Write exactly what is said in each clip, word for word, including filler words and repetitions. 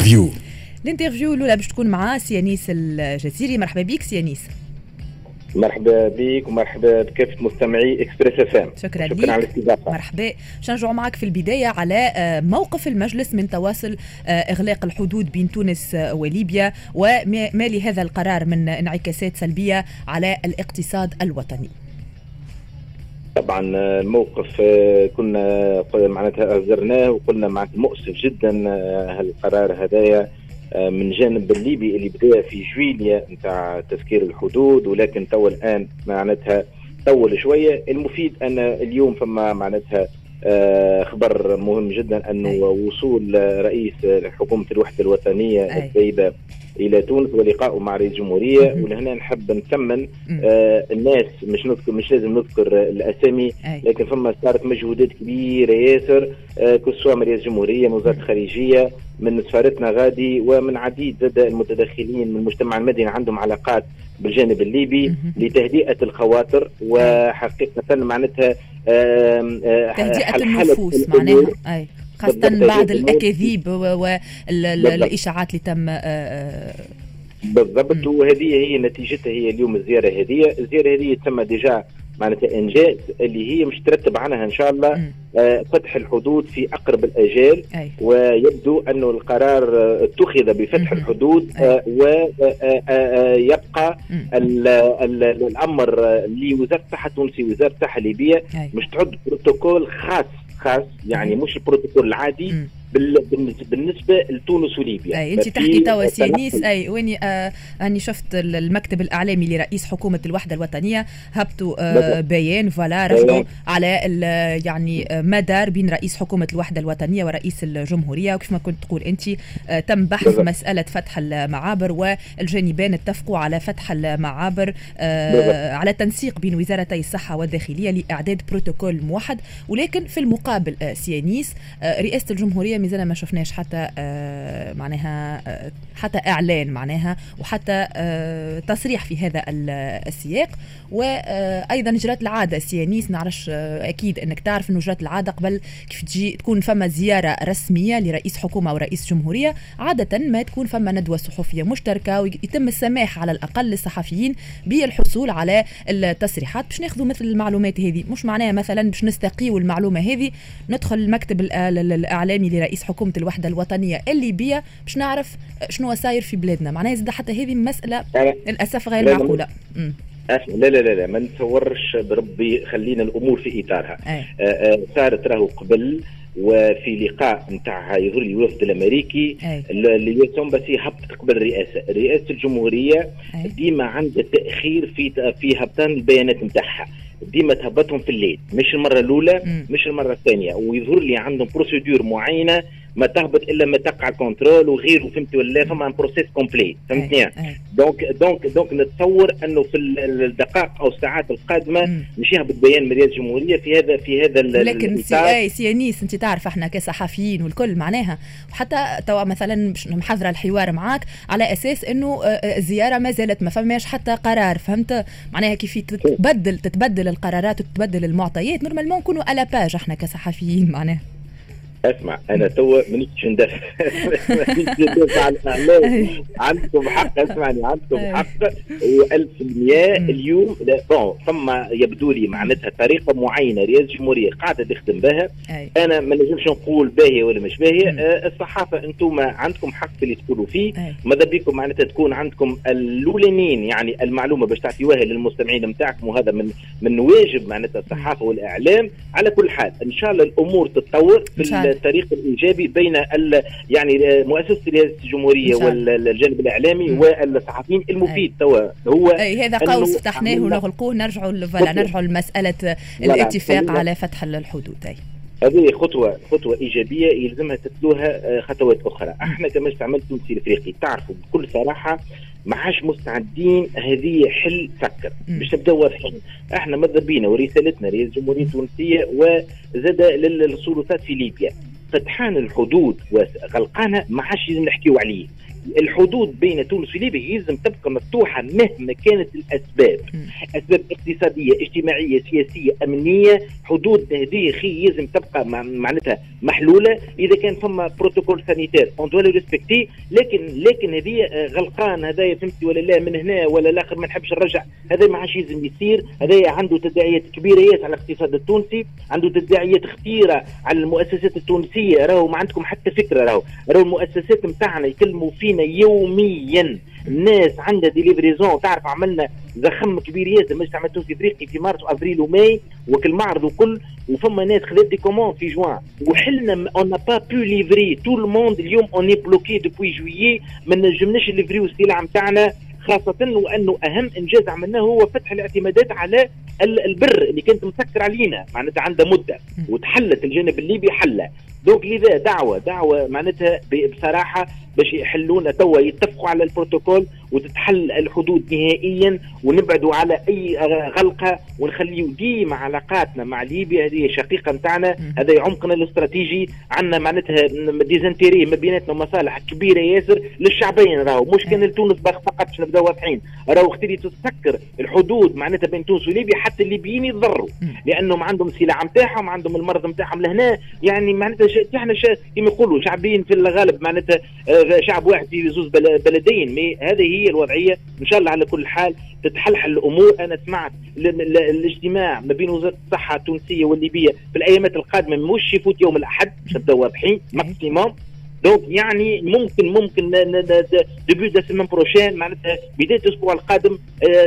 الانترفيو. الانترفيو الاولى باش تكون مع سيانيس الجزيري. مرحبا بك سيانيس. مرحبا بك ومرحبا بكافة مستمعي اكسبريس اف ام. شكرا, شكرا على الاستضافة. مرحبا. باش نرجعوا معك في البداية على موقف المجلس من تواصل إغلاق الحدود بين تونس وليبيا، وما لهذا القرار من انعكاسات سلبية على الاقتصاد الوطني. طبعا الموقف كنا معناتها أصدرناه وقلنا معناتها مؤسف جدا هالقرار هدايا من جانب الليبي اللي بدأ في جويليا نتاع تسكير الحدود، ولكن تو الآن معناتها طول شوية. المفيد أن اليوم فما معناتها خبر مهم جدا أنه أي. وصول رئيس حكومة الوحدة الوطنية السيدة إلى تونس ولقائه مع رئيس الجمهورية. ولهنا نحب نثمن آه الناس، مش نذكر مش لازم نذكر الأسامي، لكن فما صارت مجهودات كبيرة ياسر آه كسوا من رئيس الجمهورية، من وزارة الخارجية، من سفارتنا غادي، ومن عديد زاد المتدخلين من المجتمع المدني عندهم علاقات بالجانب الليبي لتهدئة الخواطر وحقيقة معناتها آه آه تهدئة النفوس معناها أي. خاصة بعد الأكاذيب والإشاعات اللي تم بالضبط. وهذه هي نتيجتها، هي اليوم الزيارة هذه الزيارة هذه تم ديجا معناتها إنجاز اللي هي مش ترتب عنها إن شاء الله آه فتح الحدود في أقرب الأجال. أي. ويبدو أنه القرار اتخذ بفتح م- الحدود آه ويبقى ال ال الأمر لوزارة الصحة التونسية ووزارة الصحة الليبية مش تعد بروتوكول خاص خاص يعني مش البروتوكول العادي م. بالنسبه لتونس وليبيا. اي انت تحكي توا سيانيس اي واني آه اني شفت المكتب الاعلامي لرئيس حكومه الوحده الوطنيه هبطوا آه بيان فوالا رفضوا على يعني مدار بين رئيس حكومه الوحده الوطنيه ورئيس الجمهوريه، وكيف ما كنت تقول انت آه تم بحث بلد. مساله فتح المعابر، والجانبان اتفقوا على فتح المعابر آه على تنسيق بين وزارتي الصحه والداخليه لاعداد بروتوكول موحد. ولكن في المقابل آه سيانيس آه رئاسه الجمهوريه مازال ما شفناش حتى آه معناها آه حتى اعلان معناها وحتى آه تصريح في هذا السياق. وايضا جرات العاده سيانيس نعرفش آه اكيد انك تعرف انه جرات العاده قبل كيف تجي تكون فما زياره رسميه لرئيس حكومه او رئيس جمهوريه، عاده ما تكون فما ندوه صحفيه مشتركه ويتم السماح على الاقل للصحفيين بالحصول على التصريحات باش ناخذوا مثل المعلومات هذه. مش معناها مثلا باش نستقيوا المعلومه هذه ندخل المكتب الاعلامي لرئيس حكومة الوحدة الوطنية الليبية باش نعرف شنو صاير في بلادنا. معناها زاد حتى هذه مسألة للأسف غير معقولة. لا لا لا لا ما نتصورش بربي، خلينا الأمور في إطارها. صارت راهو قبل وفي لقاء نتاع يظهر لي الوفد الامريكي اللي يتم بس هبط قبل الرئاسه رئاسه الجمهوريه أي. ديما عندها تاخير في في هبطان البيانات نتاعها، ديما تهبطهم في الليل، مش المره الاولى م. مش المره الثانيه، ويظهر لي عندهم بروسيدور معينه ما تهبط الا ما تقع كنترول وغيره، فهمت ولا؟ فما بروسيس كومبليت، فهمتني؟ دونك دونك دونك نتصور انه في الدقائق او الساعات القادمه م. مش يهبط بيان من رئاسه الجمهوريه في هذا في هذا لكن سي سيانيس انت تعرف احنا كصحفيين والكل معناها وحتى توا مثلا باش محضره الحوار معاك على اساس انه الزياره ما زالت ما فماش حتى قرار، فهمت معناها كيف تتبدل تتبدل القرارات وتتبدل المعطيات. نورمالمون نكونوا على باج احنا كصحفيين معناها. اسمع انا توا مانيش ندافع ندافع على الاعلام، عندكم حق، اسمعني عندكم حق وألف المياه. اليوم بون ثم يبدو لي معناتها طريقه معينه رئاسه الجمهوريه قاعده تخدم بها. انا ما نجمش نقول باهيه ولا مش باهيه. أه الصحافه انتم عندكم حق اللي تقولوا فيه، ماذا بكم معناتها تكون عندكم الاولانيين يعني المعلومه باش تعطيوها للمستمعين نتاعكم، وهذا من من واجب معناتها الصحافه والاعلام. على كل حال ان شاء الله الامور تتطور في الطريق الايجابي بين يعني مؤسسه رئاسه الجمهوريه والجانب الاعلامي والصحفيين. المفيد توا هو أي هذا قوس فتحناه ونغلقوه، نرجعوا فلا نرجعوا لمساله الاتفاق على فتح الحدود. أي هذه خطوه خطوه ايجابيه يلزمها تتلوها خطوات اخرى. احنا كمجلس عمل تونسي الافريقي تعرفوا بكل صراحه ما عادش مستعدين هذه حل سكر باش نبداو واضحين. احنا ماذا بينا ورسالتنا رئاسه الجمهوريه التونسيه وزاد للسلطات في ليبيا فتحان الحدود وغلقانها ما عادش لازم نحكيو عليه. الحدود بين تونس وليبيا يلزم تبقى مفتوحه مهما كانت الاسباب، اسباب اقتصاديه اجتماعيه سياسيه امنيه. حدود هذه خي يلزم تبقى معناتها محلوله. اذا كان فما بروتوكول سانيتير اون دو ريسبكتي، لكن لكن هذه غلقان هذايا فهمتي ولا لا من هنا ولا الاخر ما نحبش نرجع، هذا ما عادش يلزم يصير. هذايا عنده تداعيات كبيره ياسر على الاقتصاد التونسي، عنده تداعيات خطيره على المؤسسات التونسيه. راهو ما عندكم حتى فكره، راهو راهو المؤسسات نتاعنا يكلموا فينا يوميا. الناس عندها ديليفريزون، تعرف عملنا زخم كبير ياسر مجلس العمل التونسي الافريقي في مارس وابريل وماي وكل معرض وكل، وفما ناس خذت دي كومون في جوان وحلنا اون نا با بو ليفري تو الموند. اليوم اون اي بلوكي دوبوي جويي، ما نجمناش نليفريو السلع نتاعنا، خاصة وأنه أهم إنجاز عملناه هو فتح الاعتمادات على البر اللي كانت مسكر علينا معناتها عندها مدة، وتحلت الجانب الليبي حلة. دوك لذا دعوة دعوة معناتها بصراحة باش يحلونا توا، يتفقوا على البروتوكول وتتحل الحدود نهائيا، ونبعدوا على أي غلقة، ونخليو ديما علاقاتنا مع ليبيا هذه شقيقة نتاعنا. هذا عمقنا الاستراتيجي، عندنا معناتها ديزانتيري ما بيناتنا مصالح كبيرة ياسر للشعبين. راهو مش كان لتونس فقط باش نبداو واضحين، راهو اختاري تسكر الحدود معناتها بين تونس وليبيا حتى الليبيين يتضروا، لأنهم عندهم السلع نتاعهم، عندهم المرض نتاعهم لهنا. يعني معناتها احنا كما يقولوا شعبين في الغالب معناتها شعب واحد في زوز بلدين. مي هذه هي الوضعيه. ان شاء الله على كل حال تتحلحل الامور. انا سمعت الاجتماع ما بين وزاره الصحه التونسيه والليبيه في الايامات القادمه مش يفوت يوم الاحد باش نبداو واضحين ماكسيموم. دونك يعني ممكن ممكن ديبيو دو سيمين بروشين معناتها بدايه الاسبوع القادم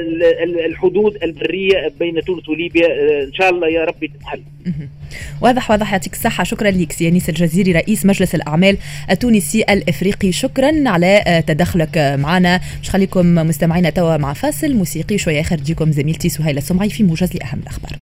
الحدود البريه بين تونس وليبيا ان شاء الله يا ربي تتحل. واضح واضح. يعطيك الصحة. شكرا لك سي يانيس الجزيري رئيس مجلس الأعمال التونسي الإفريقي. شكرا على تدخلك معنا. مش خليكم مستمعين توا مع فاصل موسيقي شوية يخرجيكم زميلتي سهيلة السمعي في موجز لأهم الأخبار.